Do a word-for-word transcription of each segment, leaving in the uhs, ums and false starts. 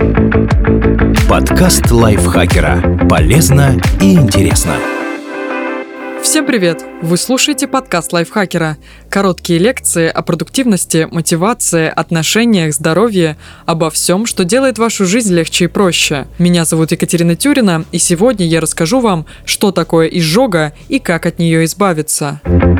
Подкаст лайфхакера. Полезно и интересно. Всем привет! Вы слушаете подкаст лайфхакера. Короткие лекции о продуктивности, мотивации, отношениях, здоровье, обо всем, что делает вашу жизнь легче и проще. Меня зовут Екатерина Тюрина, и сегодня я расскажу вам, что такое изжога и как от нее избавиться.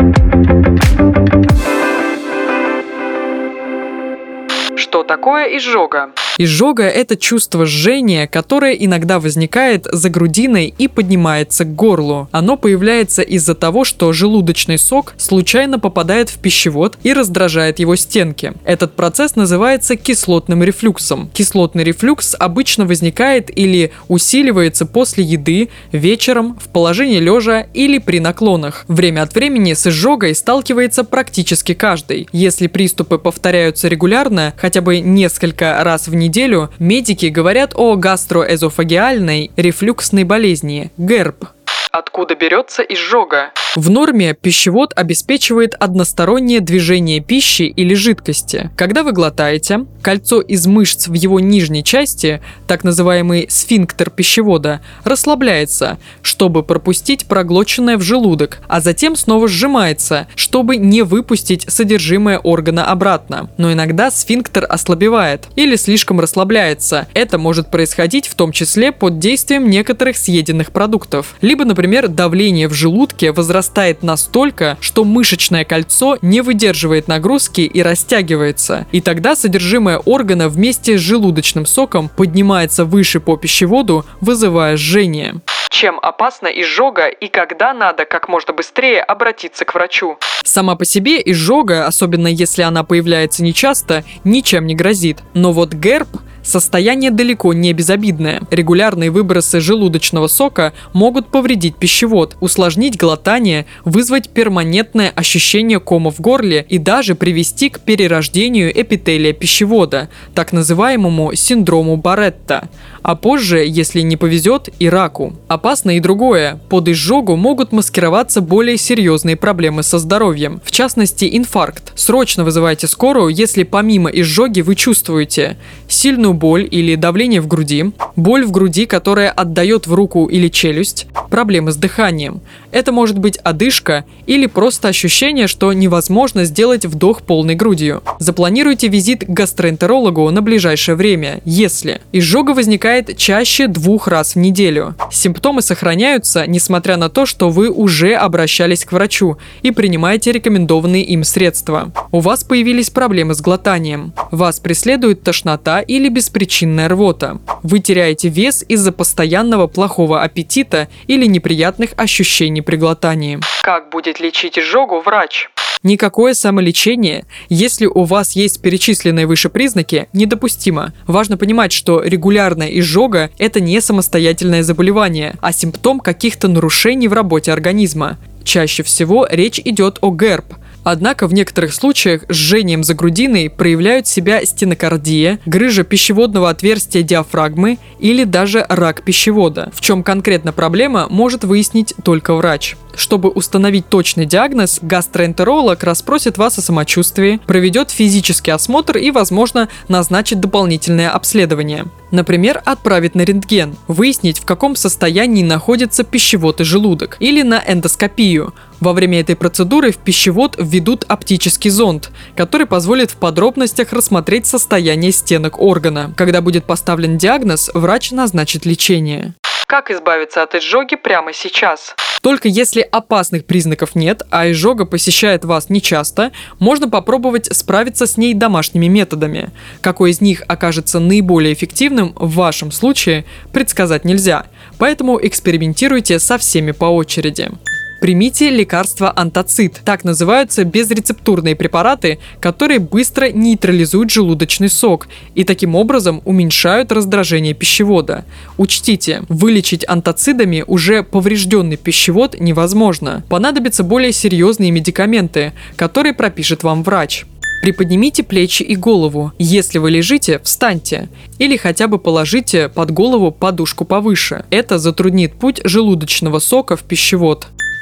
Что такое изжога? Изжога – это чувство жжения, которое иногда возникает за грудиной и поднимается к горлу. Оно появляется из-за того, что желудочный сок случайно попадает в пищевод и раздражает его стенки. Этот процесс называется кислотным рефлюксом. Кислотный рефлюкс обычно возникает или усиливается после еды, вечером, в положении лежа или при наклонах. Время от времени с изжогой сталкивается практически каждый. Если приступы повторяются регулярно, хотя бы несколько раз в неделю, медики говорят о гастроэзофагеальной рефлюксной болезни – ГЭРБ. Откуда берется изжога? В норме пищевод обеспечивает одностороннее движение пищи или жидкости. Когда вы глотаете, кольцо из мышц в его нижней части, так называемый сфинктер пищевода, расслабляется, чтобы пропустить проглоченное в желудок, а затем снова сжимается, чтобы не выпустить содержимое органа обратно. Но иногда сфинктер ослабевает или слишком расслабляется. Это может происходить в том числе под действием некоторых съеденных продуктов. Либо, например, Например, давление в желудке возрастает настолько, что мышечное кольцо не выдерживает нагрузки и растягивается. И тогда содержимое органа вместе с желудочным соком поднимается выше по пищеводу, вызывая жжение. Чем опасна изжога и когда надо как можно быстрее обратиться к врачу? Сама по себе изжога, особенно если она появляется нечасто, ничем не грозит. Но вот ГЭРБ – состояние далеко не безобидное. Регулярные выбросы желудочного сока могут повредить пищевод, усложнить глотание, вызвать перманентное ощущение кома в горле и даже привести к перерождению эпителия пищевода, так называемому синдрому Барретта. А позже, если не повезет, и раку. Опасно и другое. Под изжогу могут маскироваться более серьезные проблемы со здоровьем. В частности, инфаркт. Срочно вызывайте скорую, если помимо изжоги вы чувствуете сильную боль или давление в груди, боль в груди, которая отдает в руку или челюсть, проблемы с дыханием. Это может быть одышка или просто ощущение, что невозможно сделать вдох полной грудью. Запланируйте визит к гастроэнтерологу на ближайшее время, если изжога возникает чаще двух раз в неделю. Симптомы сохраняются, несмотря на то, что вы уже обращались к врачу и принимаете рекомендованные им средства. У вас появились проблемы с глотанием. Вас преследует тошнота или беспричинная рвота. Вы теряете вес из-за постоянного плохого аппетита или неприятных ощущений при глотании. Как будет лечить изжогу врач? Никакое самолечение, если у вас есть перечисленные выше признаки, недопустимо. Важно понимать, что регулярная изжога – это не самостоятельное заболевание, а симптом каких-то нарушений в работе организма. Чаще всего речь идет о ГЭРБ. Однако в некоторых случаях с жжением за грудиной проявляют себя стенокардия, грыжа пищеводного отверстия диафрагмы или даже рак пищевода. В чем конкретно проблема, может выяснить только врач. Чтобы установить точный диагноз, гастроэнтеролог расспросит вас о самочувствии, проведет физический осмотр и, возможно, назначит дополнительное обследование. Например, отправит на рентген, выяснить, в каком состоянии находится пищевод и желудок, или на эндоскопию. Во время этой процедуры в пищевод введут оптический зонд, который позволит в подробностях рассмотреть состояние стенок органа. Когда будет поставлен диагноз, врач назначит лечение. Как избавиться от изжоги прямо сейчас? Только если опасных признаков нет, а изжога посещает вас нечасто, можно попробовать справиться с ней домашними методами. Какой из них окажется наиболее эффективным в вашем случае, предсказать нельзя, поэтому экспериментируйте со всеми по очереди. Примите лекарство антацид. Так называются безрецептурные препараты, которые быстро нейтрализуют желудочный сок и таким образом уменьшают раздражение пищевода. Учтите, вылечить антацидами уже поврежденный пищевод невозможно. Понадобятся более серьезные медикаменты, которые пропишет вам врач. Приподнимите плечи и голову. Если вы лежите, встаньте. Или хотя бы положите под голову подушку повыше. Это затруднит путь желудочного сока в пищевод.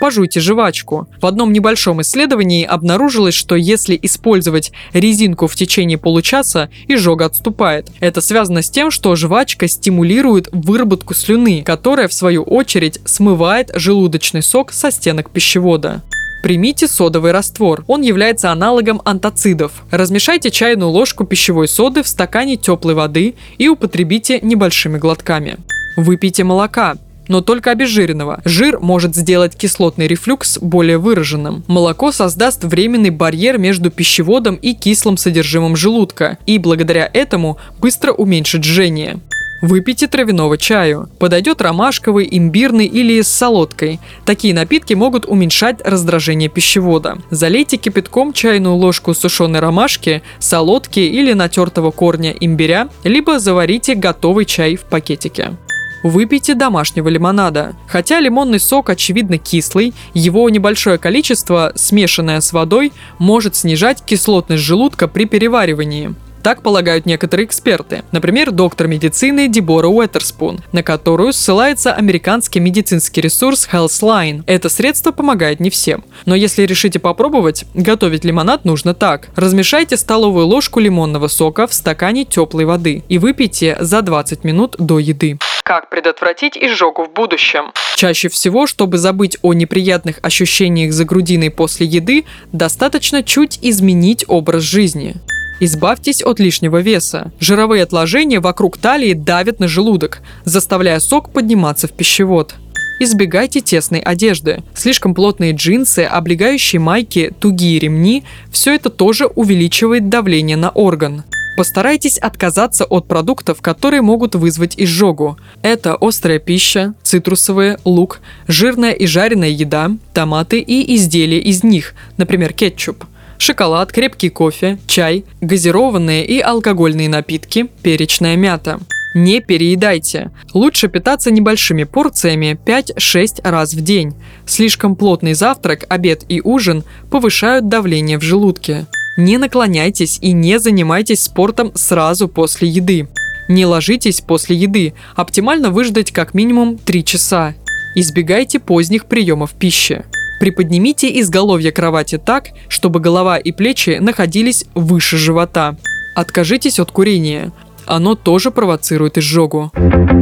Пожуйте жвачку. В одном небольшом исследовании обнаружилось, что если использовать резинку в течение получаса, изжога отступает. Это связано с тем, что жвачка стимулирует выработку слюны, которая, в свою очередь, смывает желудочный сок со стенок пищевода. Примите содовый раствор. Он является аналогом антацидов. Размешайте чайную ложку пищевой соды в стакане теплой воды и употребите небольшими глотками. Выпейте молока. Но только обезжиренного. Жир может сделать кислотный рефлюкс более выраженным. Молоко создаст временный барьер между пищеводом и кислым содержимым желудка, и благодаря этому быстро уменьшит жжение. Выпейте травяного чаю. Подойдет ромашковый, имбирный или с солодкой. Такие напитки могут уменьшать раздражение пищевода. Залейте кипятком чайную ложку сушеной ромашки, солодки или натертого корня имбиря, либо заварите готовый чай в пакетике. Выпейте домашнего лимонада. Хотя лимонный сок очевидно кислый, его небольшое количество, смешанное с водой, может снижать кислотность желудка при переваривании. Так полагают некоторые эксперты. Например, доктор медицины Дебора Уэтерспун, на которую ссылается американский медицинский ресурс Healthline. Это средство помогает не всем. Но если решите попробовать, готовить лимонад нужно так. Размешайте столовую ложку лимонного сока в стакане теплой воды и выпейте за двадцать минут до еды. Как предотвратить изжогу в будущем? Чаще всего, чтобы забыть о неприятных ощущениях за грудиной после еды, достаточно чуть изменить образ жизни. Избавьтесь от лишнего веса. Жировые отложения вокруг талии давят на желудок, заставляя сок подниматься в пищевод. Избегайте тесной одежды. Слишком плотные джинсы, облегающие майки, тугие ремни – все это тоже увеличивает давление на орган. Постарайтесь отказаться от продуктов, которые могут вызвать изжогу. Это острая пища, цитрусовые, лук, жирная и жареная еда, томаты и изделия из них, например, кетчуп. Шоколад, крепкий кофе, чай, газированные и алкогольные напитки, перечная мята. Не переедайте. Лучше питаться небольшими порциями пять-шесть раз в день. Слишком плотный завтрак, обед и ужин повышают давление в желудке. Не наклоняйтесь и не занимайтесь спортом сразу после еды. Не ложитесь после еды. Оптимально выждать как минимум три часа. Избегайте поздних приемов пищи. Приподнимите изголовье кровати так, чтобы голова и плечи находились выше живота. Откажитесь от курения. Оно тоже провоцирует изжогу.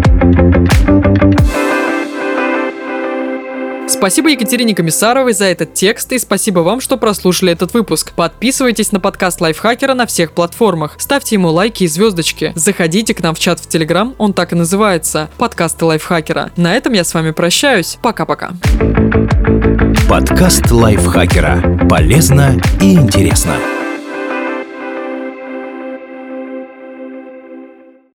Спасибо Екатерине Комиссаровой за этот текст и спасибо вам, что прослушали этот выпуск. Подписывайтесь на подкаст Лайфхакера на всех платформах. Ставьте ему лайки и звездочки. Заходите к нам в чат в Телеграм, он так и называется – подкасты Лайфхакера. На этом я с вами прощаюсь. Пока-пока. Подкаст Лайфхакера. Полезно и интересно.